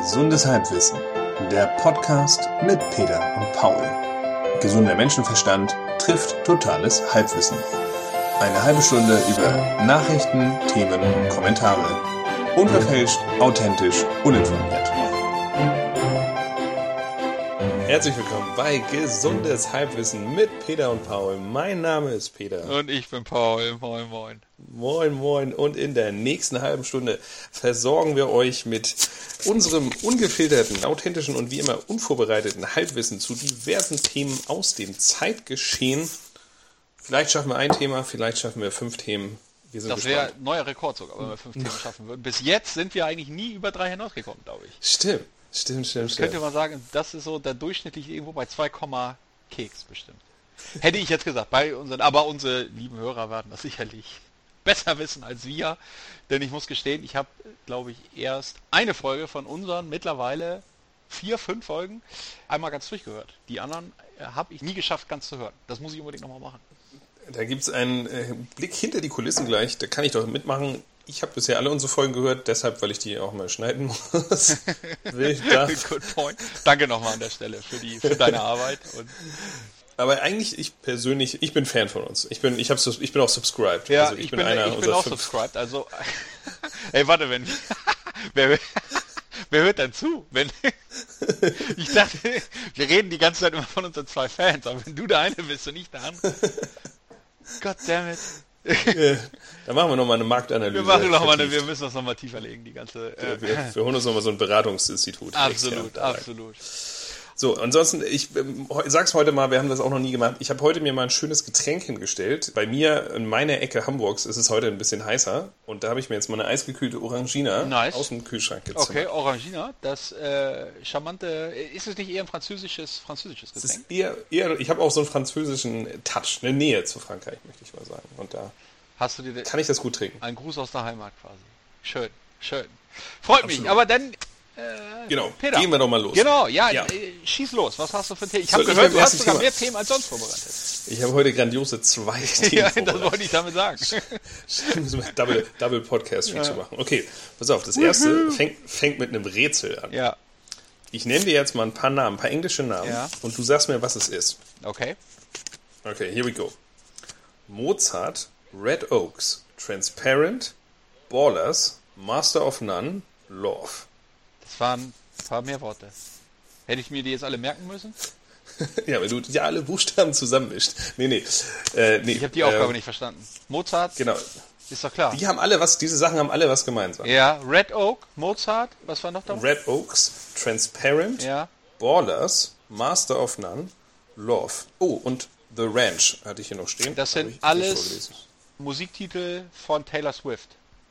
Gesundes Halbwissen, der Podcast mit Peter und Paul. Gesunder Menschenverstand trifft totales Halbwissen. Eine halbe Stunde über Nachrichten, Themen und Kommentare. Unverfälscht, authentisch, uninformiert. Herzlich willkommen bei Gesundes Halbwissen mit Peter und Paul. Mein Name ist Peter. Und ich bin Paul. Moin, moin. Moin, moin. Und in der nächsten halben Stunde versorgen wir euch mit unserem ungefilterten, authentischen und wie immer unvorbereiteten Halbwissen zu diversen Themen aus dem Zeitgeschehen. Vielleicht schaffen wir ein Thema, vielleicht schaffen wir 5 Themen. Wir sind das wäre ein neuer Rekord sogar, wenn wir 5 Themen schaffen würden. Bis jetzt sind wir eigentlich nie über 3 hinausgekommen, glaube ich. Stimmt. Könnte man sagen, das ist so der durchschnittlich irgendwo bei 2, Keks bestimmt. Hätte ich jetzt gesagt, aber unsere lieben Hörer werden das sicherlich besser wissen als wir, denn ich muss gestehen, ich habe, glaube ich, erst eine Folge von unseren mittlerweile 4, 5 Folgen einmal ganz durchgehört. Die anderen habe ich nie geschafft, ganz zu hören. Das muss ich unbedingt nochmal machen. Da gibt es einen Blick hinter die Kulissen gleich, da kann ich doch mitmachen. Ich habe bisher alle unsere Folgen gehört, deshalb, weil ich die auch mal schneiden muss. Good point. Danke nochmal an der Stelle für deine Arbeit. Aber eigentlich, ich bin Fan von uns. Ich bin auch subscribed. Ja, also ich bin auch subscribed. Also, ey, warte, wer hört dann zu? Ich dachte, wir reden die ganze Zeit immer von unseren 2 Fans, aber wenn du der eine bist und ich der andere. God damn it. Da machen wir nochmal eine Marktanalyse. Wir müssen das nochmal tiefer legen, die ganze... Wir holen uns nochmal so ein Beratungsinstitut. Absolut. So, ansonsten, ich sag's heute mal, wir haben das auch noch nie gemacht. Ich habe heute mir mal ein schönes Getränk hingestellt. Bei mir in meiner Ecke Hamburgs ist es heute ein bisschen heißer. Und da habe ich mir jetzt mal eine eisgekühlte Orangina aus dem Kühlschrank gezogen. Okay, Orangina, das charmante... Ist es nicht eher ein französisches Getränk? Es ist eher, ich habe auch so einen französischen Touch, eine Nähe zu Frankreich, möchte ich mal sagen. Und da kann ich das gut trinken. Ein Gruß aus der Heimat quasi. Schön. Freut mich, aber dann... Genau, Peter, gehen wir doch mal los. Genau, schieß los. Was hast du für Themen? Ich habe gehört, du hast sogar mehr Themen als sonst vorbereitet. Ich habe heute grandiose 2 Themen Ja, das wollte ich damit sagen. Double Podcast zu machen. Okay, pass auf, das erste fängt mit einem Rätsel an. Ja. Ich nenne dir jetzt mal ein paar Namen, ein paar englische Namen und du sagst mir, was es ist. Okay, here we go. Mozart, Red Oaks, Transparent, Ballers, Master of None, Love. Das waren ein paar mehr Worte. Hätte ich mir die jetzt alle merken müssen? Ja, weil du ja alle Buchstaben zusammenmischt. Nee. Ich habe die Aufgabe nicht verstanden. Mozart? Genau. Ist doch klar. Diese Sachen haben alle was gemeinsam. Ja, Red Oak, Mozart, was war noch da? Red Oaks, Transparent, Ballers, Master of None, Love. Oh, und The Ranch hatte ich hier noch stehen. Das sind alles Musiktitel von Taylor Swift.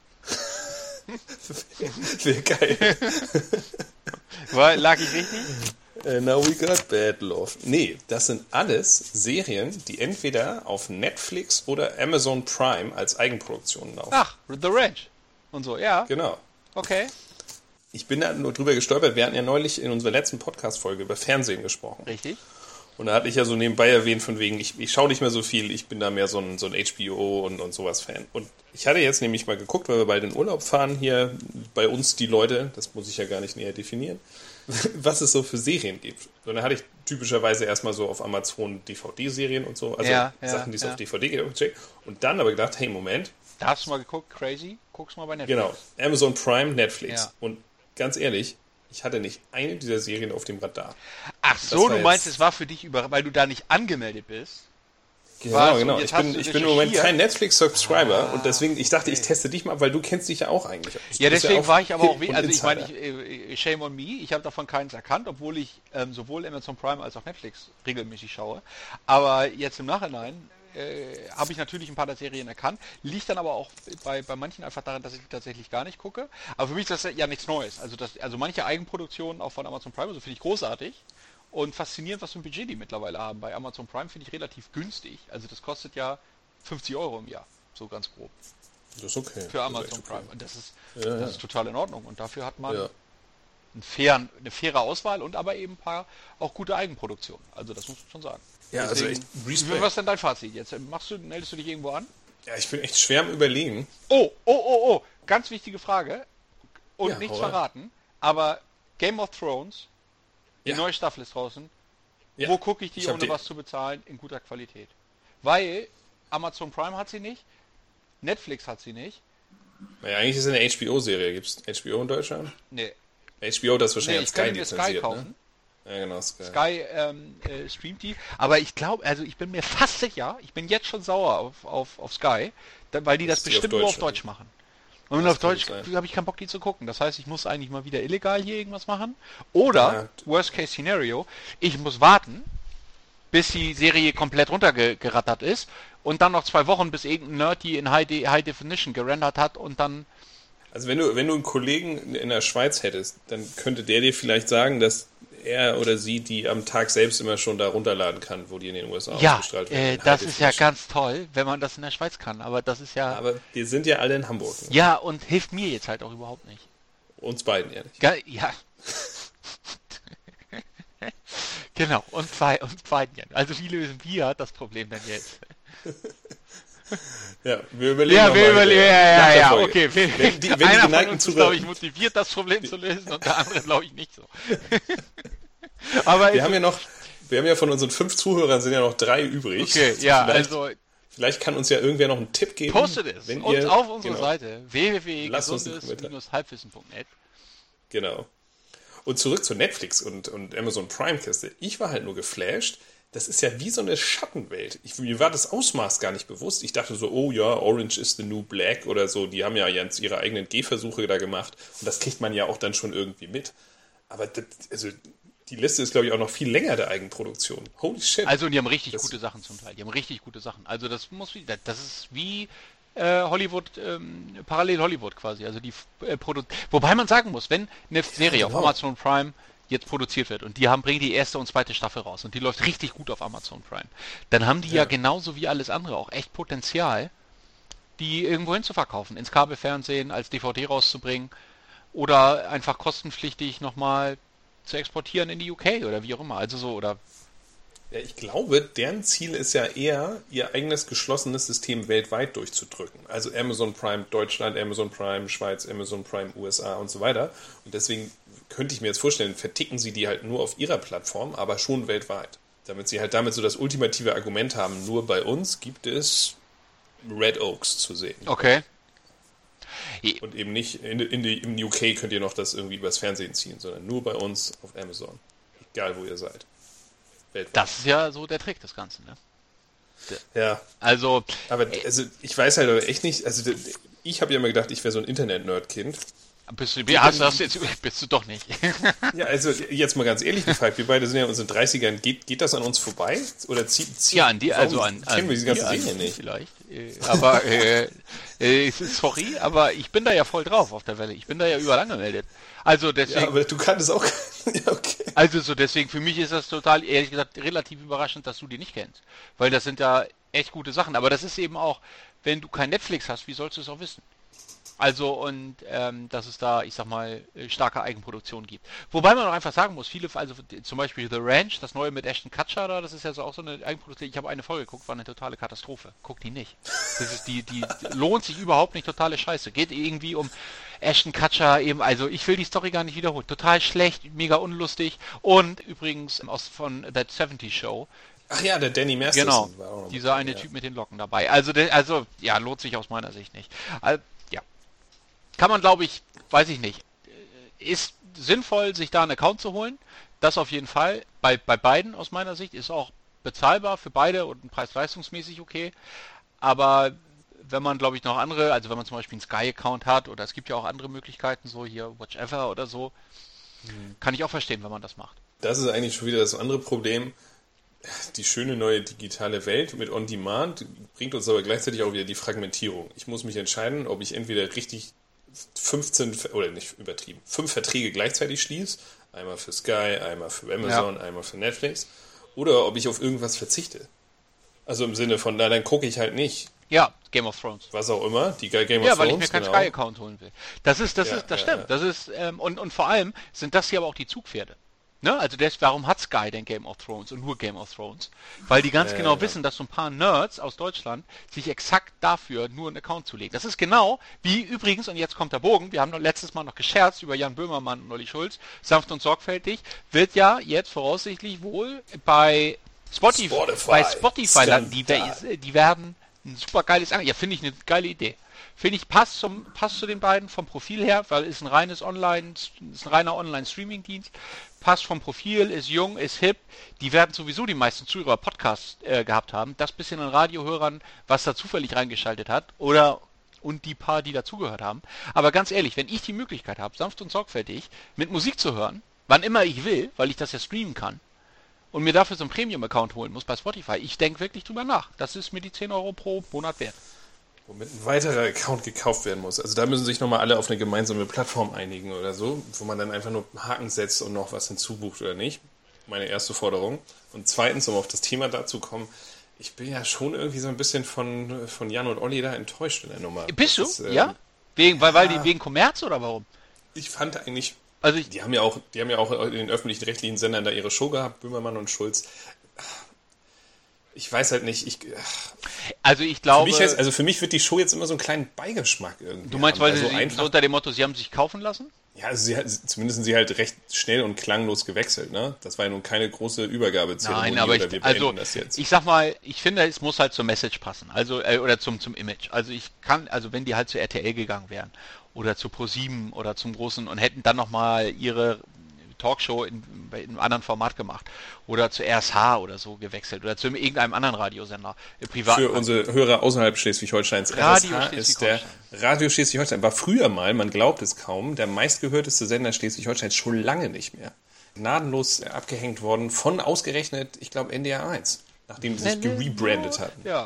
Wäre geil. Lag ich richtig? Now we got bad love. Nee, das sind alles Serien, die entweder auf Netflix oder Amazon Prime als Eigenproduktionen laufen. Ach, The Ranch und so, ja. Genau. Okay. Ich bin da nur drüber gestolpert. Wir hatten ja neulich in unserer letzten Podcast-Folge über Fernsehen gesprochen. Richtig. Und da hatte ich ja so nebenbei erwähnt, von wegen, ich schaue nicht mehr so viel, ich bin da mehr so ein HBO und sowas Fan. Und ich hatte jetzt nämlich mal geguckt, weil wir bald in Urlaub fahren hier, bei uns die Leute, das muss ich ja gar nicht näher definieren, was es so für Serien gibt. Und dann hatte ich typischerweise erstmal so auf Amazon DVD-Serien und so, also Sachen, die es auf DVD gibt. Und dann aber gedacht, hey, Moment. Da hast du mal geguckt, crazy? Guck's mal bei Netflix. Genau, Amazon Prime, Netflix. Ja. Und ganz ehrlich, ich hatte nicht eine dieser Serien auf dem Radar. Ach so, du meinst, es war für dich weil du da nicht angemeldet bist? Genau. Ich bin im Moment kein Netflix-Subscriber und deswegen, ich dachte, ich teste dich mal, weil du kennst dich ja auch eigentlich. Ja, deswegen war ich aber auch, also ich meine, shame on me, ich habe davon keins erkannt, obwohl ich sowohl Amazon Prime als auch Netflix regelmäßig schaue. Aber jetzt im Nachhinein habe ich natürlich ein paar der Serien erkannt, liegt dann aber auch bei manchen einfach daran, dass ich tatsächlich gar nicht gucke. Aber für mich ist das ja nichts Neues. Also manche Eigenproduktionen auch von Amazon Prime, so finde ich großartig. Und faszinierend, was für ein Budget die mittlerweile haben. Bei Amazon Prime finde ich relativ günstig. Also das kostet ja 50 € im Jahr, so ganz grob. Das ist okay. Für Amazon Prime. Und das ist total in Ordnung. Und dafür hat man eine faire Auswahl und aber eben ein paar auch gute Eigenproduktionen. Also das muss man schon sagen. Ja, deswegen, also echt Respekt. Was ist denn dein Fazit jetzt? Meldest du dich irgendwo an? Ja, ich bin echt schwer am Überlegen. Oh. Ganz wichtige Frage. Und nichts verraten. Aber Game of Thrones, die neue Staffel ist draußen. Ja. Wo gucke ich die, ohne was zu bezahlen, in guter Qualität? Weil Amazon Prime hat sie nicht, Netflix hat sie nicht. Naja, eigentlich ist es eine HBO-Serie. Gibt es HBO in Deutschland? Nee. HBO, das wahrscheinlich Sky lizenziert, Sky kaufen. Ne? Ja, genau, Sky. Sky streamt die. Aber ich glaube, also ich bin mir fast sicher, ich bin jetzt schon sauer auf Sky, weil die das bestimmt nur auf Deutsch machen. Und auf Deutsch habe ich keinen Bock, die zu gucken. Das heißt, ich muss eigentlich mal wieder illegal hier irgendwas machen. Oder, Worst-Case-Scenario, ich muss warten, bis die Serie komplett runtergerattert ist und dann noch 2 Wochen, bis irgendein Nerd die in High Definition gerendert hat und dann... Also wenn du einen Kollegen in der Schweiz hättest, dann könnte der dir vielleicht sagen, dass er oder sie die am Tag selbst immer schon da runterladen kann, wo die in den USA ausgestrahlt werden. Ja, das ist ja ganz toll, wenn man das in der Schweiz kann, aber das ist ja... Aber wir sind ja alle in Hamburg. Ne? Ja, und hilft mir jetzt halt auch überhaupt nicht. Uns beiden ja nicht. Ja. Genau, uns beiden ja. Also wie lösen wir das Problem denn jetzt? Ja, wir überlegen Ja, okay. Wenn einer von uns ist, glaube ich, motiviert, das Problem zu lösen und der andere, glaube ich, nicht so. Aber wir haben ja von unseren 5 Zuhörern sind ja noch 3 übrig. Okay, ja, vielleicht kann uns ja irgendwer noch einen Tipp geben. Postet es uns auf unsere Seite www.gesundes-halbwissen.net. Genau. Und zurück zu Netflix und Amazon Prime-Kiste. Ich war halt nur geflasht. Das ist ja wie so eine Schattenwelt. Mir war das Ausmaß gar nicht bewusst. Ich dachte so, oh ja, Orange is the New Black oder so. Die haben ja jetzt ihre eigenen Gehversuche da gemacht. Und das kriegt man ja auch dann schon irgendwie mit. Aber die Liste ist, glaube ich, auch noch viel länger der Eigenproduktion. Holy shit. Also, die haben richtig gute Sachen zum Teil. Also, das ist wie Hollywood, parallel Hollywood quasi. Also, wobei man sagen muss, wenn eine Serie auf Amazon Prime jetzt produziert wird und bringen die erste und zweite Staffel raus und die läuft richtig gut auf Amazon Prime, dann haben die ja genauso wie alles andere auch echt Potenzial, die irgendwo hin zu verkaufen, ins Kabelfernsehen, als DVD rauszubringen oder einfach kostenpflichtig nochmal zu exportieren in die UK oder wie auch immer, also so, oder... Ja, ich glaube, deren Ziel ist ja eher, ihr eigenes geschlossenes System weltweit durchzudrücken. Also Amazon Prime Deutschland, Amazon Prime Schweiz, Amazon Prime USA und so weiter. Und deswegen könnte ich mir jetzt vorstellen, verticken sie die halt nur auf ihrer Plattform, aber schon weltweit. Damit sie halt damit so das ultimative Argument haben, nur bei uns gibt es Red Oaks zu sehen. Okay. Und eben nicht, im UK könnt ihr noch das irgendwie übers Fernsehen ziehen, sondern nur bei uns auf Amazon. Egal, wo ihr seid. Weltweit. Das ist ja so der Trick des Ganzen, ne? Ja. Also... Aber ich weiß halt aber echt nicht, also ich habe ja immer gedacht, ich wäre so ein Internet-Nerd-Kind. Bist du doch nicht. Ja, also jetzt mal ganz ehrlich gefragt, wir beide sind ja in unseren 30ern, geht das an uns vorbei? Oder ja, an dir, also kennen wir diese ganzen Dinge nicht. Vielleicht. Aber, sorry, aber ich bin da ja voll drauf auf der Welle. Ich bin da ja überall angemeldet. Also deswegen... Ja, aber du kannst auch... Ja, okay. Also so deswegen, für mich ist das total, ehrlich gesagt, relativ überraschend, dass du die nicht kennst. Weil das sind ja echt gute Sachen. Aber das ist eben auch, wenn du kein Netflix hast, wie sollst du es auch wissen? Also und dass es da, ich sag mal, starke Eigenproduktion gibt. Wobei man auch einfach sagen muss, viele, also zum Beispiel The Ranch, das neue mit Ashton Kutcher da, das ist ja so auch so eine Eigenproduktion. Ich habe eine Folge geguckt, war eine totale Katastrophe. Guck die nicht. Das ist die lohnt sich überhaupt nicht, totale Scheiße. Geht irgendwie um Ashton Kutcher eben, also ich will die Story gar nicht wiederholen. Total schlecht, mega unlustig. Und übrigens von That 70's Show. Ach ja, der Danny Masterson. Genau, war auch noch dieser eine Typ mit den Locken dabei. Also ja, lohnt sich aus meiner Sicht nicht. Kann man, glaube ich, weiß ich nicht, ist sinnvoll, sich da einen Account zu holen. Das auf jeden Fall. Bei beiden aus meiner Sicht ist auch bezahlbar für beide und preis-leistungsmäßig okay. Aber wenn man, glaube ich, noch andere, also wenn man zum Beispiel einen Sky-Account hat oder es gibt ja auch andere Möglichkeiten, so hier Watch Ever oder so, kann ich auch verstehen, wenn man das macht. Das ist eigentlich schon wieder das andere Problem. Die schöne neue digitale Welt mit On-Demand bringt uns aber gleichzeitig auch wieder die Fragmentierung. Ich muss mich entscheiden, ob ich entweder richtig 5 Verträge gleichzeitig schließe, einmal für Sky, einmal für Amazon, einmal für Netflix, oder ob ich auf irgendwas verzichte. Also im Sinne von, dann gucke ich halt nicht. Ja, Game of Thrones. Was auch immer, die Game of Thrones. Ja, weil ich mir keinen Sky-Account holen will. Das stimmt. Das ist, und vor allem sind das hier aber auch die Zugpferde. Ne? Also warum hat Sky denn Game of Thrones und nur Game of Thrones? Weil die ganz genau wissen, dass so ein paar Nerds aus Deutschland sich exakt dafür nur einen Account zulegen. Das ist genau wie übrigens, und jetzt kommt der Bogen, wir haben letztes Mal noch gescherzt über Jan Böhmermann und Olli Schulz, sanft und sorgfältig, wird ja jetzt voraussichtlich wohl bei Spotify landen. Die werden ein super geiles ja, finde ich eine geile Idee. Finde ich, passt zu den beiden vom Profil her, weil ist ein reiner Online-Streaming-Dienst, passt vom Profil, ist jung, ist hip, die werden sowieso die meisten Zuhörer Podcasts gehabt haben, das bisschen an Radiohörern, was da zufällig reingeschaltet hat, und die paar, die dazugehört haben. Aber ganz ehrlich, wenn ich die Möglichkeit habe, sanft und sorgfältig mit Musik zu hören, wann immer ich will, weil ich das ja streamen kann, und mir dafür so einen Premium-Account holen muss bei Spotify, ich denke wirklich drüber nach. Das ist mir die 10 Euro pro Monat wert. Womit ein weiterer Account gekauft werden muss. Also da müssen sich nochmal alle auf eine gemeinsame Plattform einigen oder so, wo man dann einfach nur einen Haken setzt und noch was hinzubucht oder nicht. Meine erste Forderung. Und zweitens, um auf das Thema da zu kommen, ich bin ja schon irgendwie so ein bisschen von Jan und Olli da enttäuscht in der Nummer. Bist du? Ja? Wegen Kommerz oder warum? Ich fand eigentlich, die haben ja auch in den öffentlichen rechtlichen Sendern da ihre Show gehabt, Böhmermann und Schulz. Ich weiß halt nicht, ich glaube... Für mich wird die Show jetzt immer so einen kleinen Beigeschmack irgendwie. Du meinst, weil sie so unter dem Motto, sie haben sich kaufen lassen? Ja, also zumindest sind sie halt recht schnell und klanglos gewechselt, ne? Das war ja nun keine große Übergabezeremonie. Nein, aber das jetzt. Ich sag mal, ich finde, es muss halt zur Message passen, also oder zum Image. Also wenn die halt zu RTL gegangen wären oder zu Pro7 oder zum großen und hätten dann nochmal ihre Talkshow in einem anderen Format gemacht oder zu RSH oder so gewechselt oder zu irgendeinem anderen Radiosender. Für unsere Hörer außerhalb Schleswig-Holsteins. RSH ist der Radio Schleswig-Holstein. War früher mal, man glaubt es kaum, der meistgehörteste Sender Schleswig-Holsteins, schon lange nicht mehr. Gnadenlos abgehängt worden von ausgerechnet, ich glaube, NDR 1, nachdem sie sich gerebrandet hatten. Ja.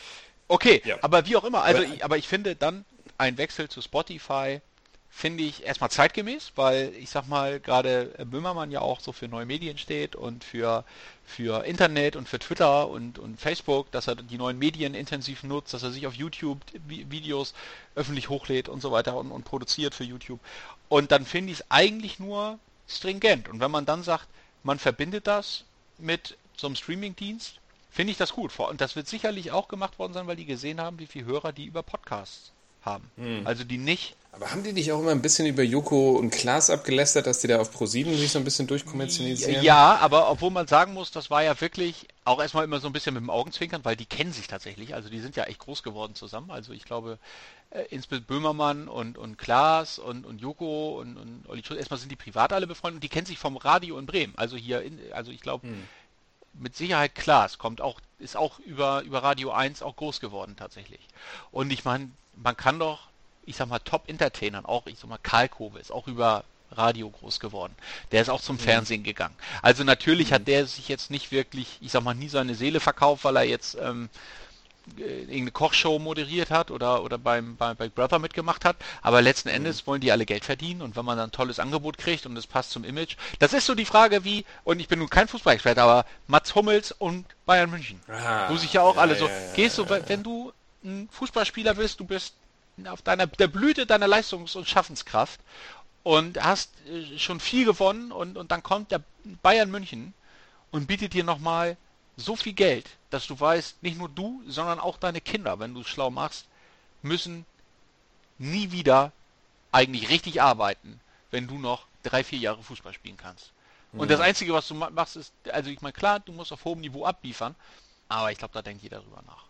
Okay, ja. Aber wie auch immer, aber ich finde dann ein Wechsel zu Spotify finde ich erstmal zeitgemäß, weil ich sag mal, gerade Böhmermann ja auch so für neue Medien steht und für Internet und für Twitter und Facebook, dass er die neuen Medien intensiv nutzt, dass er sich auf YouTube Videos öffentlich hochlädt und so weiter und produziert für YouTube. Und dann finde ich es eigentlich nur stringent. Und wenn man dann sagt, man verbindet das mit so einem Streamingdienst, finde ich das gut. Und das wird sicherlich auch gemacht worden sein, weil die gesehen haben, wie viele Hörer die über Podcasts haben. Also die nicht... Aber haben die nicht auch immer ein bisschen über Joko und Klaas abgelästert, dass die da auf Pro7 sich so ein bisschen durchkommerzialisieren? Ja, aber obwohl man sagen muss, das war ja wirklich auch erstmal immer so ein bisschen mit dem Augenzwinkern, weil die kennen sich tatsächlich, also die sind ja echt groß geworden zusammen. Also ich glaube, insbesondere Böhmermann und Klaas und Joko und Olli Schulz, erstmal sind die privat alle befreundet und die kennen sich vom Radio in Bremen. Also ich glaube, mit Sicherheit Klaas ist auch über Radio 1 auch groß geworden tatsächlich. Und ich meine, man kann doch, ich sag mal, Top-Entertainern, auch, ich sag mal, Karl Kove ist auch über Radio groß geworden. Der ist auch zum Fernsehen gegangen. Also natürlich hat der sich jetzt nicht wirklich, ich sag mal, nie seine Seele verkauft, weil er jetzt irgendeine Kochshow moderiert hat oder bei Big Brother mitgemacht hat. Aber letzten Endes wollen die alle Geld verdienen und wenn man dann ein tolles Angebot kriegt und es passt zum Image, das ist so die Frage wie, und ich bin nun kein Fußballexperte, aber Mats Hummels und Bayern München. Wo sich ja auch alle so, gehst du, wenn du ein Fußballspieler bist, du bist auf der Blüte deiner Leistungs- und Schaffenskraft und hast schon viel gewonnen und dann kommt der Bayern München und bietet dir nochmal so viel Geld, dass du weißt, nicht nur du, sondern auch deine Kinder, wenn du es schlau machst, müssen nie wieder eigentlich richtig arbeiten, wenn du noch 3-4 Jahre Fußball spielen kannst. Und das Einzige, was du machst, ist, also ich meine, klar, du musst auf hohem Niveau abliefern, aber ich glaube, da denkt jeder drüber nach.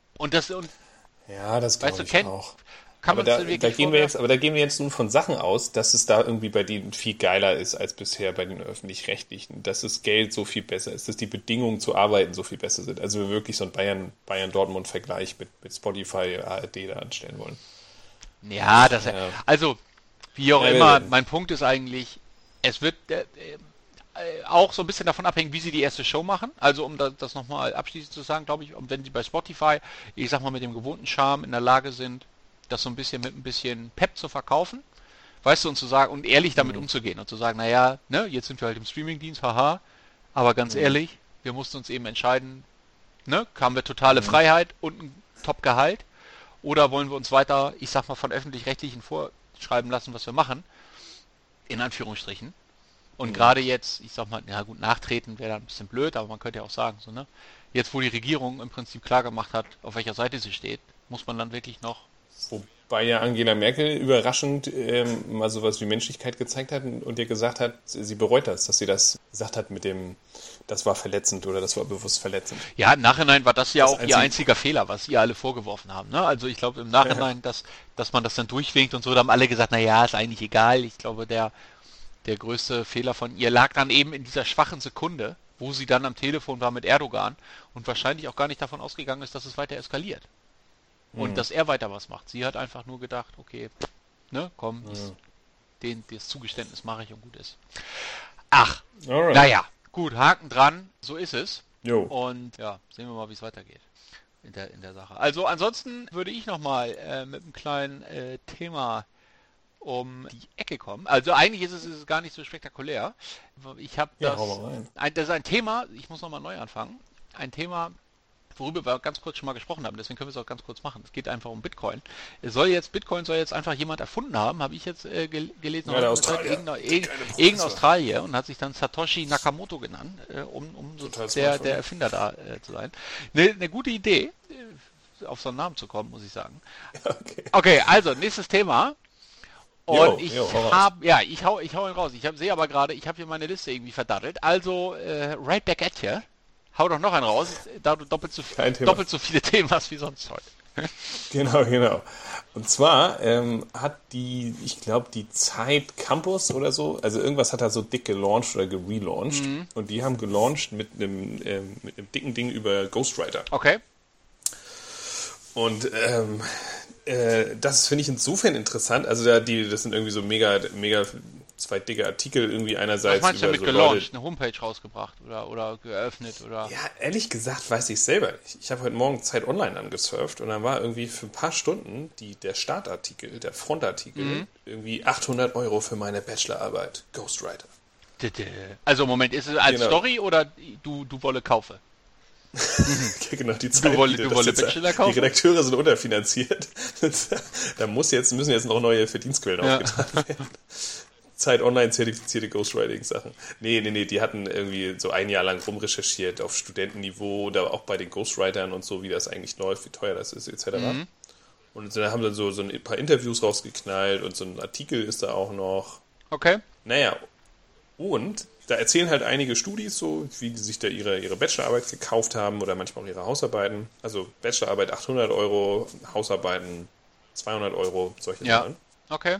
Ja, das glaube ich auch. Aber da gehen wir jetzt nun von Sachen aus, dass es da irgendwie bei denen viel geiler ist als bisher bei den Öffentlich-Rechtlichen, dass das Geld so viel besser ist, dass die Bedingungen zu arbeiten so viel besser sind. Also wir wirklich so einen Bayern-Dortmund-Vergleich mit Spotify, ARD da anstellen wollen. Ja, also wie auch immer, mein Punkt ist eigentlich, es wird auch so ein bisschen davon abhängen, wie sie die erste Show machen. Also um das nochmal abschließend zu sagen, glaube ich, wenn sie bei Spotify, ich sag mal, mit dem gewohnten Charme in der Lage sind, das so ein bisschen mit ein bisschen Pep zu verkaufen, weißt du, und zu sagen und ehrlich damit umzugehen und zu sagen, naja, ne, jetzt sind wir halt im Streamingdienst, haha, aber ganz ehrlich, wir mussten uns eben entscheiden, ne, haben wir totale Freiheit und ein Top-Gehalt oder wollen wir uns weiter, ich sag mal, von Öffentlich-Rechtlichen vorschreiben lassen, was wir machen, in Anführungsstrichen. Und gerade jetzt, ich sag mal, ja gut, nachtreten wäre da ein bisschen blöd, aber man könnte ja auch sagen, so, ne? Jetzt, wo die Regierung im Prinzip klar gemacht hat, auf welcher Seite sie steht, muss man dann wirklich noch. Wobei ja Angela Merkel überraschend mal sowas wie Menschlichkeit gezeigt hat und ihr gesagt hat, sie bereut das, dass sie das gesagt hat mit dem, das war verletzend oder das war bewusst verletzend. Ja, im Nachhinein war das ja auch ihr einziger Fehler, was ihr alle vorgeworfen haben. Ne? Also ich glaube im Nachhinein, dass man das dann durchwinkt und so, da haben alle gesagt, na ja, ist eigentlich egal. Ich glaube, der größte Fehler von ihr lag dann eben in dieser schwachen Sekunde, wo sie dann am Telefon war mit Erdogan und wahrscheinlich auch gar nicht davon ausgegangen ist, dass es weiter eskaliert. Und dass er weiter was macht. Sie hat einfach nur gedacht, okay, ne, komm, das Zugeständnis mache ich und gut ist. Ach, naja, gut, Haken dran, so ist es. Jo. Und ja, sehen wir mal, wie es weitergeht in der Sache. Also ansonsten würde ich nochmal mit einem kleinen Thema um die Ecke kommen. Also eigentlich ist es gar nicht so spektakulär. Ich habe das ist ein Thema, ich muss nochmal neu anfangen, ein Thema, worüber wir ganz kurz schon mal gesprochen haben, deswegen können wir es auch ganz kurz machen. Es geht einfach um Bitcoin. Bitcoin soll jetzt einfach jemand erfunden haben, habe ich jetzt gelesen. Ja, irgendein Australier und hat sich dann Satoshi Nakamoto genannt, um der Erfinder da zu sein. Eine gute Idee, auf so einen Namen zu kommen, muss ich sagen. Okay, also nächstes Thema. Und ich hau ihn raus. Sehe aber gerade, ich habe hier meine Liste irgendwie verdattelt. Also, right back at you. Hau doch noch einen raus, da du doppelt so viele Themen hast wie sonst heute. Genau. Und zwar hat ich glaube, die Zeit Campus oder so, also irgendwas hat er so dick gelauncht oder gerelauncht. Und die haben gelauncht mit einem dicken Ding über Ghostwriter. Okay. Und das finde ich insofern interessant. Also das sind irgendwie so mega zwei dicke Artikel irgendwie einerseits. Was meinst du mit so gelauncht? Eine Homepage rausgebracht oder geöffnet? Oder? Ja, ehrlich gesagt weiß ich selber nicht. Ich habe heute Morgen Zeit Online angesurft und dann war irgendwie für ein paar Stunden der Startartikel, der Frontartikel, irgendwie 800 € für meine Bachelorarbeit. Ghostwriter. Also Moment, ist es als Story oder du wolle kaufe? Genau, die Zeit. Du wolle Bachelor kaufen? Die Redakteure sind unterfinanziert. Da müssen jetzt noch neue Verdienstquellen aufgetan werden. Zeit Online zertifizierte Ghostwriting-Sachen. Nee, die hatten irgendwie so ein Jahr lang rumrecherchiert auf Studentenniveau oder auch bei den Ghostwritern und so, wie das eigentlich läuft, wie teuer das ist, etc. Und dann haben dann so ein paar Interviews rausgeknallt und so ein Artikel ist da auch noch. Okay. Naja, und da erzählen halt einige Studis so, wie die sich da ihre Bachelorarbeit gekauft haben oder manchmal auch ihre Hausarbeiten. Also Bachelorarbeit 800 €, Hausarbeiten 200 €, solche Sachen. Okay.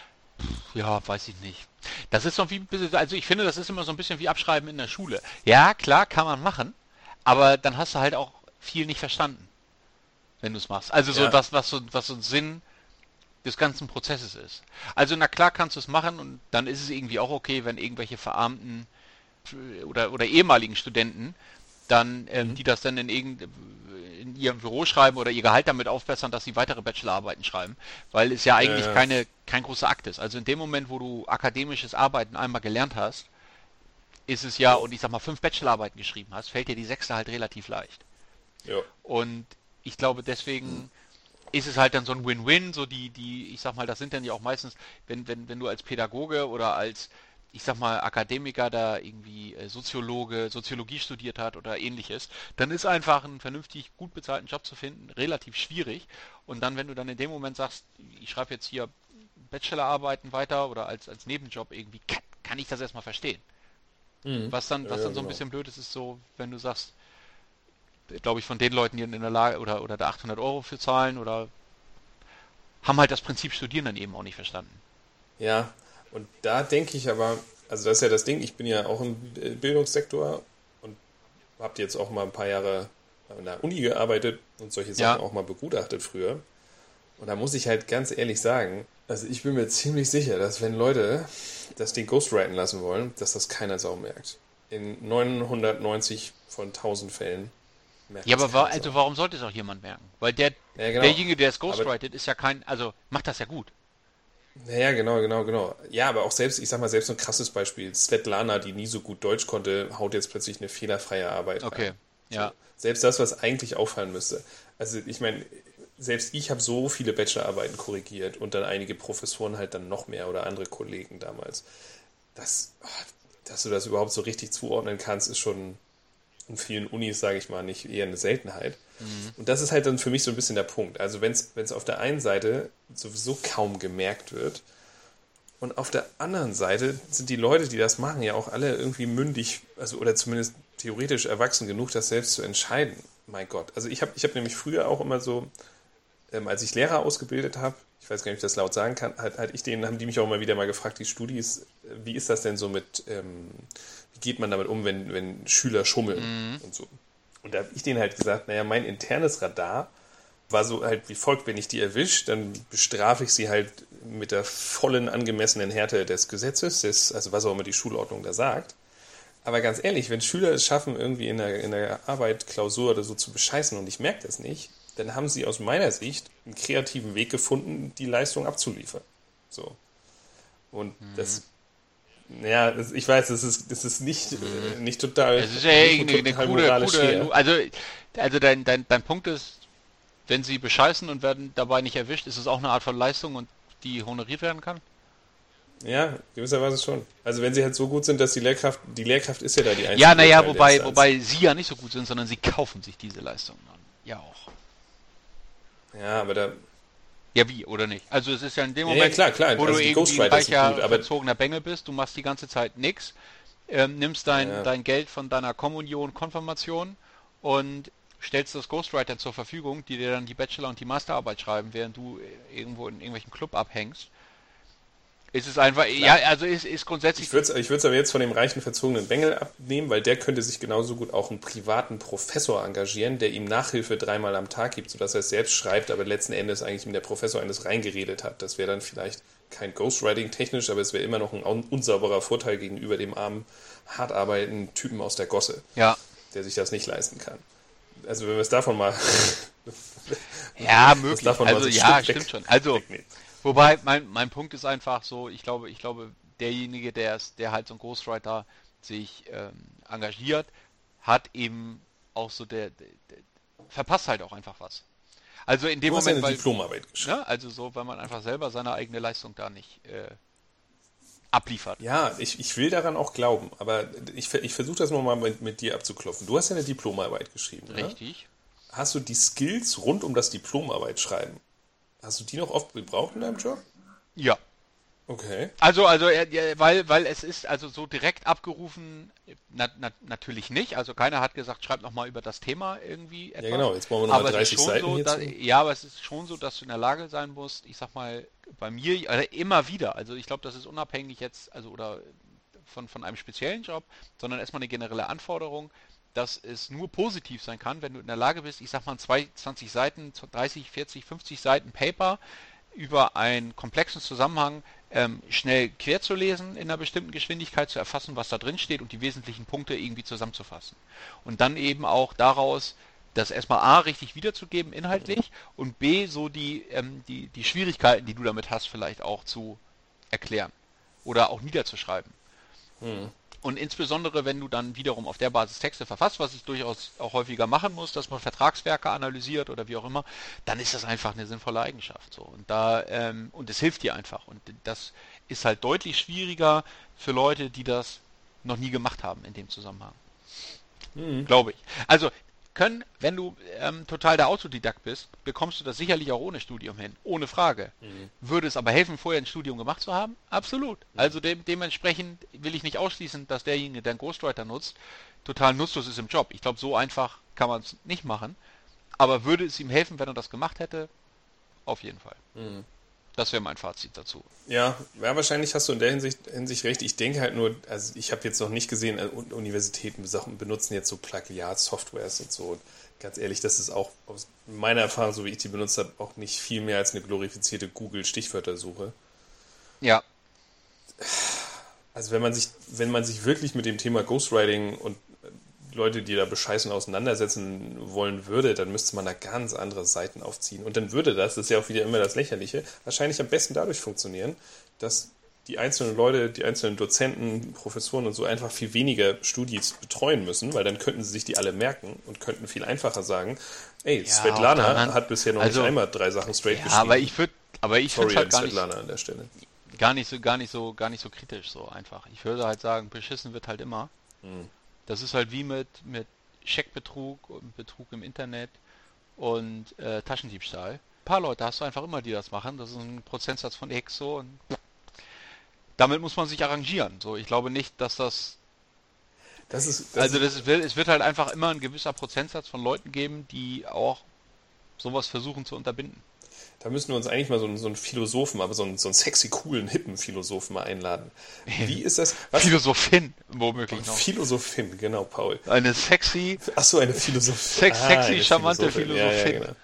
Ja, weiß ich nicht. Das ist so also ich finde, das ist immer so ein bisschen wie Abschreiben in der Schule. Ja, klar, kann man machen, aber dann hast du halt auch viel nicht verstanden, wenn du es machst. Also so was so ein Sinn des ganzen Prozesses ist. Also na klar kannst du es machen und dann ist es irgendwie auch okay, wenn irgendwelche verarmten oder ehemaligen Studenten dann, die das dann in ihrem Büro schreiben oder ihr Gehalt damit aufbessern, dass sie weitere Bachelorarbeiten schreiben, weil es ja eigentlich kein großer Akt ist. Also in dem Moment, wo du akademisches Arbeiten einmal gelernt hast, ist es ja, und ich sag mal 5 Bachelorarbeiten geschrieben hast, fällt dir die 6. halt relativ leicht. Ja. Und ich glaube deswegen ist es halt dann so ein Win-Win, so ich sag mal, das sind dann ja auch meistens, wenn du als Pädagoge oder als, ich sag mal, Akademiker da irgendwie Soziologie studiert hat oder ähnliches, dann ist einfach einen vernünftig gut bezahlten Job zu finden relativ schwierig. Und dann, wenn du dann in dem Moment sagst, ich schreibe jetzt hier Bachelorarbeiten weiter oder als Nebenjob irgendwie, kann ich das erstmal verstehen. Was dann so ein bisschen blöd ist so, wenn du sagst, glaube ich, von den Leuten, die in der Lage oder da 800 € für zahlen oder haben halt das Prinzip Studieren dann eben auch nicht verstanden. Ja, und da denke ich aber, also das ist ja das Ding, ich bin ja auch im Bildungssektor und habe jetzt auch mal ein paar Jahre an der Uni gearbeitet und solche Sachen auch mal begutachtet früher. Und da muss ich halt ganz ehrlich sagen, also ich bin mir ziemlich sicher, dass wenn Leute das Ding ghostwriten lassen wollen, dass das keiner Sau merkt. In 990 von 1000 Fällen merkt ja, aber warum sollte es auch jemand merken? Weil derjenige, der es ghostwritet, ist ja macht das ja gut. Ja, genau. Ja, aber auch selbst so ein krasses Beispiel. Svetlana, die nie so gut Deutsch konnte, haut jetzt plötzlich eine fehlerfreie Arbeit Okay, rein. ja. So, selbst das, was eigentlich auffallen müsste. Also ich meine, selbst ich habe so viele Bachelorarbeiten korrigiert und dann einige Professoren halt dann noch mehr oder andere Kollegen damals. dass du das überhaupt so richtig zuordnen kannst, ist schon in vielen Unis, sage ich mal, nicht eher eine Seltenheit. Und das ist halt dann für mich so ein bisschen der Punkt. Also wenn es auf der einen Seite sowieso kaum gemerkt wird und auf der anderen Seite sind die Leute, die das machen, ja auch alle irgendwie mündig, also oder zumindest theoretisch erwachsen genug, das selbst zu entscheiden. Mein Gott. Also ich hab nämlich früher auch immer so, als ich Lehrer ausgebildet habe, ich weiß gar nicht, ob ich das laut sagen kann, haben die mich auch immer wieder mal gefragt, die Studis, wie ist das denn so mit, wie geht man damit um, wenn Schüler schummeln und so. Und da habe ich denen halt gesagt, naja, mein internes Radar war so halt wie folgt, wenn ich die erwische, dann bestrafe ich sie halt mit der vollen angemessenen Härte des Gesetzes, also was auch immer die Schulordnung da sagt. Aber ganz ehrlich, wenn Schüler es schaffen, irgendwie in der Arbeit, Klausur oder so zu bescheißen und ich merke das nicht, dann haben sie aus meiner Sicht einen kreativen Weg gefunden, die Leistung abzuliefern. So. Und das, naja, ich weiß, das ist nicht total. Es ist ja eine coole, also dein Punkt ist, wenn sie bescheißen und werden dabei nicht erwischt, ist es auch eine Art von Leistung und die honoriert werden kann? Ja, gewisserweise schon. Also wenn sie halt so gut sind, dass die Lehrkraft ist ja da die einzige. Ja, naja, wobei sie ja nicht so gut sind, sondern sie kaufen sich diese Leistungen an. Ja auch. Ja, aber da... Ja, wie, oder nicht? Also es ist ja in dem Moment, klar. wo also du irgendwie ein reicher, verzogener Bengel bist, du machst die ganze Zeit nix, nimmst dein Geld von deiner Kommunion, Konfirmation und stellst das Ghostwriter zur Verfügung, die dir dann die Bachelor- und die Masterarbeit schreiben, während du irgendwo in irgendwelchen Club abhängst. Ist es einfach, klar. Ja, also ist grundsätzlich... Ich würde es aber jetzt von dem reichen, verzogenen Bengel abnehmen, weil der könnte sich genauso gut auch einen privaten Professor engagieren, der ihm Nachhilfe 3-mal am Tag gibt, sodass er es selbst schreibt, aber letzten Endes eigentlich ihm der Professor eines reingeredet hat. Das wäre dann vielleicht kein Ghostwriting technisch, aber es wäre immer noch ein unsauberer Vorteil gegenüber dem armen, hart arbeitenden Typen aus der Gosse, der sich das nicht leisten kann. Also wenn wir es davon mal... ja, möglich. Also ja, stimmt schon. Also... Wobei, mein Punkt ist einfach so, ich glaube, derjenige, der halt so ein Ghostwriter sich engagiert, hat eben auch so der verpasst halt auch einfach was. Also in dem Moment, weil Diplomarbeit geschrieben. Ja, also so, weil man einfach selber seine eigene Leistung da nicht abliefert. Ja, ich will daran auch glauben, aber ich versuche das nochmal mit dir abzuklopfen. Du hast ja eine Diplomarbeit geschrieben. Richtig. Ne? Hast du die Skills rund um das Diplomarbeit schreiben? Hast du die noch oft gebraucht in deinem Job? Ja. Okay. Also weil es ist also so direkt abgerufen, natürlich nicht. Also keiner hat gesagt, schreib noch mal über das Thema irgendwie etwas. Ja genau, jetzt brauchen wir noch mal 30 Seiten so, aber es ist schon so, dass du in der Lage sein musst, ich sag mal, bei mir immer wieder, also ich glaube, das ist unabhängig jetzt, also oder von einem speziellen Job, sondern erstmal eine generelle Anforderung, dass es nur positiv sein kann, wenn du in der Lage bist, ich sag mal 20 Seiten, 30, 40, 50 Seiten Paper über einen komplexen Zusammenhang schnell quer zu lesen, in einer bestimmten Geschwindigkeit zu erfassen, was da drin steht und die wesentlichen Punkte irgendwie zusammenzufassen. Und dann eben auch daraus das erstmal A richtig wiederzugeben inhaltlich und B so die Schwierigkeiten, die du damit hast, vielleicht auch zu erklären oder auch niederzuschreiben. Und insbesondere, wenn du dann wiederum auf der Basis Texte verfasst, was ich durchaus auch häufiger machen muss, dass man Vertragswerke analysiert oder wie auch immer, dann ist das einfach eine sinnvolle Eigenschaft. So. Und und es hilft dir einfach. Und das ist halt deutlich schwieriger für Leute, die das noch nie gemacht haben in dem Zusammenhang. Glaube ich. Also wenn du total der Autodidakt bist, bekommst du das sicherlich auch ohne Studium hin, ohne Frage. Würde es aber helfen, vorher ein Studium gemacht zu haben? Absolut. Also dementsprechend will ich nicht ausschließen, dass derjenige, der einen Ghostwriter nutzt, total nutzlos ist im Job. Ich glaube, so einfach kann man es nicht machen. Aber würde es ihm helfen, wenn er das gemacht hätte? Auf jeden Fall. Das wäre mein Fazit dazu. Ja, wahrscheinlich hast du in der Hinsicht recht. Ich denke halt nur, also ich habe jetzt noch nicht gesehen, Universitäten benutzen jetzt so Plagiat-Softwares und so. Und ganz ehrlich, das ist auch aus meiner Erfahrung, so wie ich die benutzt habe, auch nicht viel mehr als eine glorifizierte Google-Stichwörtersuche. Ja. Also wenn man sich wirklich mit dem Thema Ghostwriting und Leute, die da bescheißen, auseinandersetzen wollen würde, dann müsste man da ganz andere Seiten aufziehen. Und dann würde das ist ja auch wieder immer das Lächerliche, wahrscheinlich am besten dadurch funktionieren, dass die einzelnen Leute, die einzelnen Dozenten, Professoren und so einfach viel weniger Studis betreuen müssen, weil dann könnten sie sich die alle merken und könnten viel einfacher sagen, ey, Svetlana hat bisher noch nicht einmal 3 Sachen straight geschrieben. Aber ich finde halt gar nicht... Svetlana an der Stelle. gar nicht so kritisch so einfach. Ich würde halt sagen, beschissen wird halt immer. Das ist halt wie mit Scheckbetrug und Betrug im Internet und Taschendiebstahl. Ein paar Leute hast du einfach immer, die das machen. Das ist ein Prozentsatz von X so und damit muss man sich arrangieren. So, ich glaube nicht, dass es wird halt einfach immer ein gewisser Prozentsatz von Leuten geben, die auch sowas versuchen zu unterbinden. Da müssen wir uns eigentlich mal so einen Philosophen, aber so einen sexy, coolen, hippen Philosophen mal einladen. Wie ist das? Philosophin, womöglich noch. Philosophin, genau, Paul. Eine sexy... Achso, eine Philosophin. Sexy, charmante Philosophin. Ja, genau.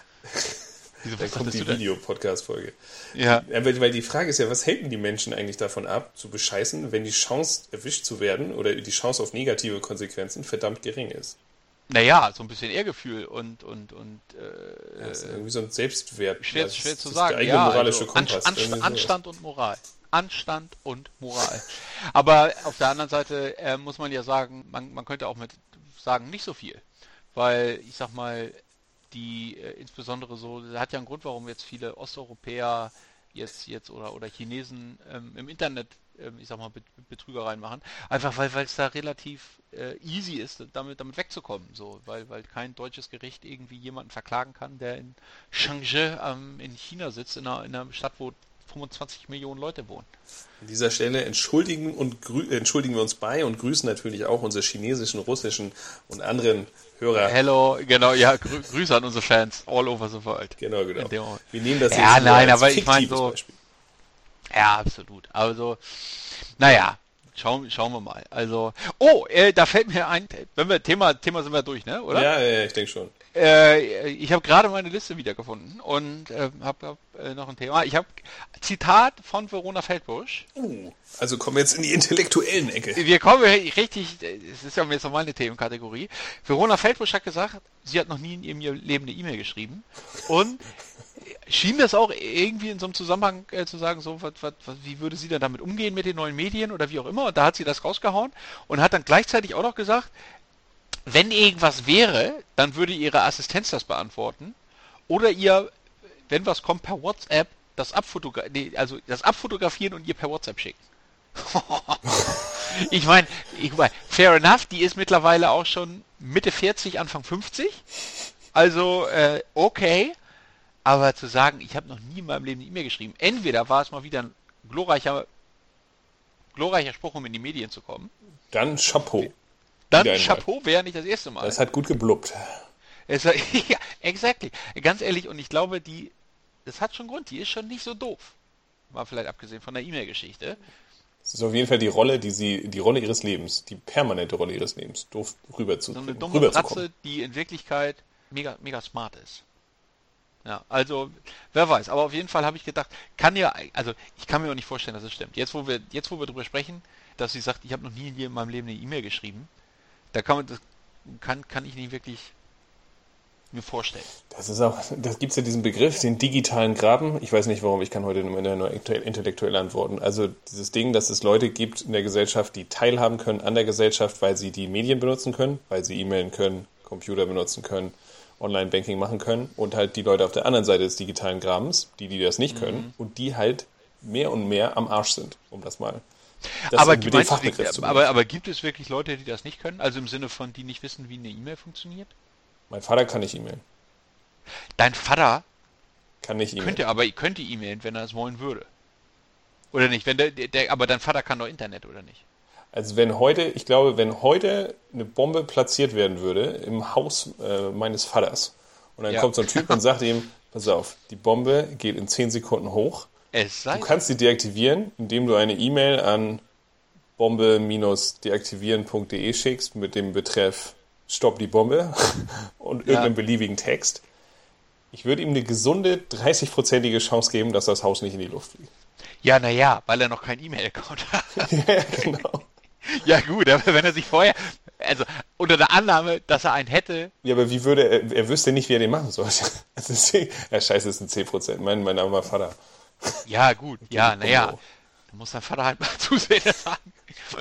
Da kommt die Videopodcast-Folge. Ja. Weil die Frage ist ja, was hält die Menschen eigentlich davon ab, zu bescheißen, wenn die Chance, erwischt zu werden oder die Chance auf negative Konsequenzen verdammt gering ist? Naja, so ein bisschen Ehrgefühl und das ist irgendwie so ein Selbstwert. Schwer zu sagen. Der eigene moralische Kompass. Anstand und Moral. Anstand und Moral. Aber auf der anderen Seite muss man ja sagen, man könnte auch mit sagen, nicht so viel. Weil, ich sag mal, insbesondere so, das hat ja einen Grund, warum jetzt viele Osteuropäer jetzt oder Chinesen im Internet, ich sag mal, Betrügereien machen. Einfach weil es da relativ easy ist, damit wegzukommen. So, weil kein deutsches Gericht irgendwie jemanden verklagen kann, der in Changzhou in China sitzt, in einer Stadt, wo 25 Millionen Leute wohnen. An dieser Stelle entschuldigen wir uns bei und grüßen natürlich auch unsere chinesischen, russischen und anderen Hörer. Hello, genau, ja, Grüße an unsere Fans all over the world. Genau. Wir nehmen das jetzt nur als aber ich meine so, Beispiel. Ja, absolut. Also, naja, schauen wir mal. Also, da fällt mir ein, Thema sind wir durch, ne, oder? Ja, ich denke schon. Ich habe gerade meine Liste wiedergefunden und habe noch ein Thema. Ich habe Zitat von Verona Feldbusch. Also kommen wir jetzt in die intellektuellen Ecke. Wir kommen richtig, es ist ja jetzt noch meine Themenkategorie. Verona Feldbusch hat gesagt, sie hat noch nie in ihrem Leben eine E-Mail geschrieben und schien das auch irgendwie in so einem Zusammenhang zu sagen, so wie würde sie denn damit umgehen mit den neuen Medien oder wie auch immer. Und da hat sie das rausgehauen und hat dann gleichzeitig auch noch gesagt, wenn irgendwas wäre, dann würde ihre Assistenz das beantworten oder ihr, wenn was kommt, per WhatsApp das abfotografieren und ihr per WhatsApp schicken. Ich meine, fair enough, die ist mittlerweile auch schon Mitte 40, Anfang 50. Also, okay. Aber zu sagen, ich habe noch nie in meinem Leben eine E-Mail geschrieben, entweder war es mal wieder ein glorreicher Spruch, um in die Medien zu kommen. Dann Chapeau. Dann Chapeau wäre nicht das erste Mal. Das hat gut geblubbt. Ja, exactly. Ganz ehrlich, und ich glaube, das hat schon Grund, die ist schon nicht so doof. Mal vielleicht abgesehen von der E-Mail-Geschichte. Das ist auf jeden Fall die Rolle ihres Lebens, die permanente Rolle ihres Lebens, doof rüberzubringen. So eine dumme Bratze, die in Wirklichkeit mega, mega smart ist. Ja, also, wer weiß. Aber auf jeden Fall habe ich gedacht, ich kann mir auch nicht vorstellen, dass es stimmt. Jetzt, wo wir drüber sprechen, dass sie sagt, ich habe noch nie in meinem Leben eine E-Mail geschrieben, kann ich nicht wirklich mir vorstellen. Das gibt es ja diesen Begriff, den digitalen Graben. Ich weiß nicht warum, ich kann heute nur intellektuell antworten. Also dieses Ding, dass es Leute gibt in der Gesellschaft, die teilhaben können an der Gesellschaft, weil sie die Medien benutzen können, weil sie E-Mailen können, Computer benutzen können, Online-Banking machen können und halt die Leute auf der anderen Seite des digitalen Grabens, die das nicht können und die halt mehr und mehr am Arsch sind, um das mal aber gibt es wirklich Leute, die das nicht können? Also im Sinne von, die nicht wissen, wie eine E-Mail funktioniert? Mein Vater kann nicht e-mailen. Dein Vater kann nicht e-mailen. Könnte e-mailen, wenn er es wollen würde. Oder nicht? Aber dein Vater kann doch Internet, oder nicht? Also wenn heute eine Bombe platziert werden würde im Haus meines Vaters und dann kommt so ein Typ und sagt ihm, pass auf, die Bombe geht in 10 Sekunden hoch. Du kannst sie deaktivieren, indem du eine E-Mail an bombe-deaktivieren.de schickst mit dem Betreff Stopp die Bombe und irgendeinem beliebigen Text. Ich würde ihm eine gesunde 30%ige Chance geben, dass das Haus nicht in die Luft fliegt. Ja, naja, weil er noch kein E-Mail-Account hat. Ja, genau. Ja gut, aber wenn er sich vorher, also unter der Annahme, dass er einen hätte... Ja, aber wie würde er wüsste nicht, wie er den machen soll. Scheiße, das ist ein 10%, mein armer Vater. Ja gut, ja, naja, da muss dein Vater halt mal zusehen, das sagen.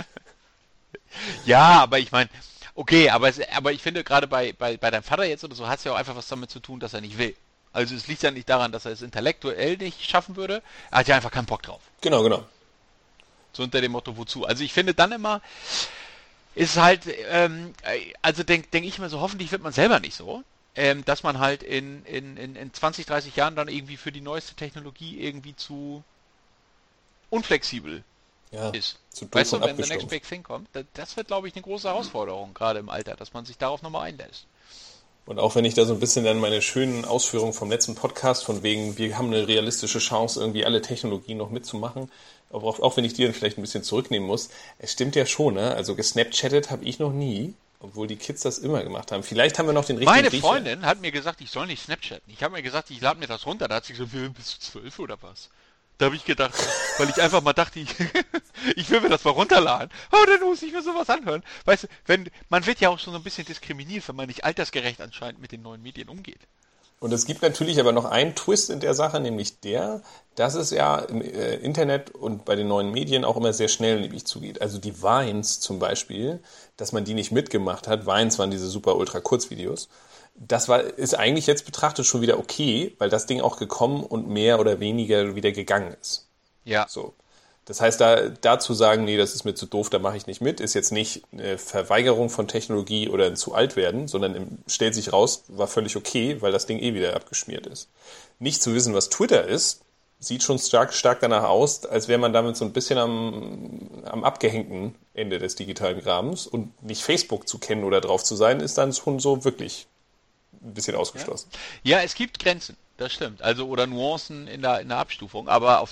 Ja, aber ich meine, okay, aber ich finde gerade bei deinem Vater jetzt oder so, hat es ja auch einfach was damit zu tun, dass er nicht will. Also es liegt ja nicht daran, dass er es intellektuell nicht schaffen würde. Er hat ja einfach keinen Bock drauf. Genau. So unter dem Motto, wozu? Also ich finde dann immer, ist halt, also denk ich mir so, hoffentlich wird man selber nicht so, dass man halt in 20, 30 Jahren dann irgendwie für die neueste Technologie irgendwie zu unflexibel ist. Weißt du, wenn der Next Big Thing kommt, das wird, glaube ich, eine große Herausforderung, gerade im Alter, dass man sich darauf nochmal einlässt. Und auch wenn ich da so ein bisschen dann meine schönen Ausführungen vom letzten Podcast, von wegen, wir haben eine realistische Chance, irgendwie alle Technologien noch mitzumachen, aber auch wenn ich die dann vielleicht ein bisschen zurücknehmen muss, es stimmt ja schon, ne? Also gesnapchattet habe ich noch nie, obwohl die Kids das immer gemacht haben. Vielleicht haben wir noch den richtigen Meine Freundin hat mir gesagt, ich soll nicht Snapchatten. Ich habe mir gesagt, ich lade mir das runter. Da hat sie gesagt, bist du 12 oder was? Da habe ich gedacht, weil ich einfach mal dachte, ich will mir das mal runterladen. Oh, dann muss ich mir sowas anhören. Weißt du, man wird ja auch schon so ein bisschen diskriminiert, wenn man nicht altersgerecht anscheinend mit den neuen Medien umgeht. Und es gibt natürlich aber noch einen Twist in der Sache, nämlich dass es ja im Internet und bei den neuen Medien auch immer sehr schnelllebig zugeht. Also die Vines zum Beispiel, dass man die nicht mitgemacht hat. Vines waren diese super ultra Kurzvideos. Ist eigentlich jetzt betrachtet schon wieder okay, weil das Ding auch gekommen und mehr oder weniger wieder gegangen ist. Ja. So. Das heißt, dazu sagen, nee, das ist mir zu doof, da mache ich nicht mit, ist jetzt nicht eine Verweigerung von Technologie oder ein zu alt werden, sondern stellt sich raus, war völlig okay, weil das Ding eh wieder abgeschmiert ist. Nicht zu wissen, was Twitter ist, sieht schon stark danach aus, als wäre man damit so ein bisschen am abgehängten Ende des digitalen Grabens, und nicht Facebook zu kennen oder drauf zu sein, ist dann schon so wirklich ein bisschen ausgeschlossen. Ja, es gibt Grenzen, das stimmt. Also, oder Nuancen in der Abstufung, aber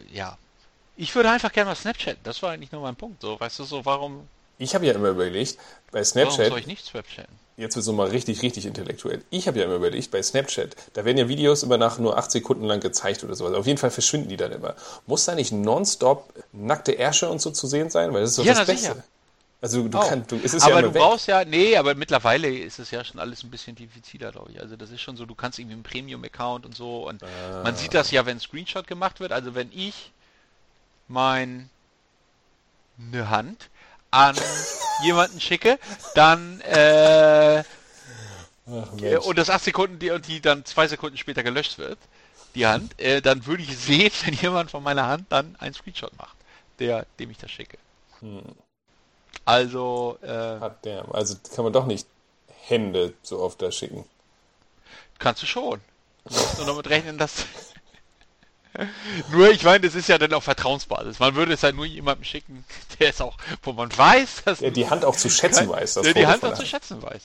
ich würde einfach gerne mal Snapchat. Das war eigentlich nur mein Punkt. So, weißt du, so, warum... Ich habe ja immer überlegt, bei Snapchat... Warum soll ich nicht Snapchatten? Jetzt wird es nochmal richtig, richtig intellektuell. Ich habe ja immer überlegt, bei Snapchat, da werden ja Videos immer nach nur 8 Sekunden lang gezeigt oder sowas. Auf jeden Fall verschwinden die dann immer. Muss da nicht nonstop nackte Ärsche und so zu sehen sein? Weil das ist doch das Beste. Sicher. Also es ist aber ja du brauchst ja, aber mittlerweile ist es ja schon alles ein bisschen diffiziler, glaube ich. Also das ist schon so, du kannst irgendwie einen Premium-Account und so, und man sieht das ja, wenn ein Screenshot gemacht wird. Also wenn ich meine Hand an jemanden schicke, dann und das 8 Sekunden, die dann 2 Sekunden später gelöscht wird, die Hand, dann würde ich sehen, wenn jemand von meiner Hand dann einen Screenshot macht, dem ich das schicke. Also, also kann man doch nicht Hände so oft da schicken. Kannst du schon. Du musst nur damit rechnen, dass... Nur, ich meine, das ist ja dann auf Vertrauensbasis. Man würde es halt nur jemandem schicken, der es auch, wo man weiß, dass... Der die Hand auch zu schätzen weiß. Der die Hand auch zu schätzen weiß.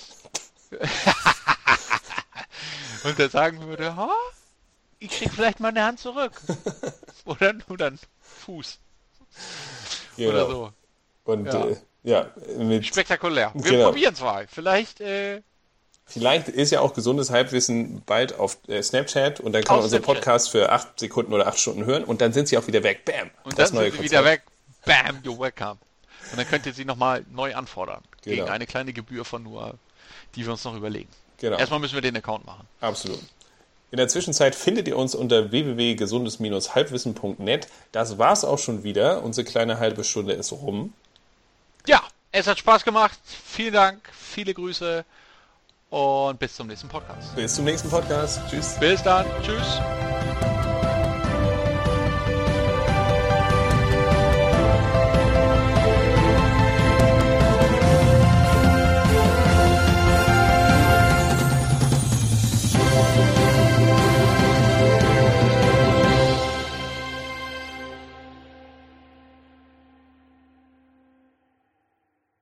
Und der sagen würde, ich krieg vielleicht mal eine Hand zurück. Oder nur dann Fuß. Genau. Oder so. Und spektakulär. Wir probieren es mal. Vielleicht ist ja auch gesundes Halbwissen bald auf Snapchat, und dann kann man unseren Podcast für 8 Sekunden oder 8 Stunden hören, und dann sind sie auch wieder weg. Bam! Und dann sind sie wieder weg. Bam! You're welcome. Und dann könnt ihr sie nochmal neu anfordern. Genau. Gegen eine kleine Gebühr von nur, die wir uns noch überlegen. Genau. Erstmal müssen wir den Account machen. Absolut. In der Zwischenzeit findet ihr uns unter www.gesundes-halbwissen.net. Das war's auch schon wieder. Unsere kleine halbe Stunde ist rum. Ja, es hat Spaß gemacht. Vielen Dank, viele Grüße und bis zum nächsten Podcast. Bis zum nächsten Podcast. Tschüss. Bis dann. Tschüss.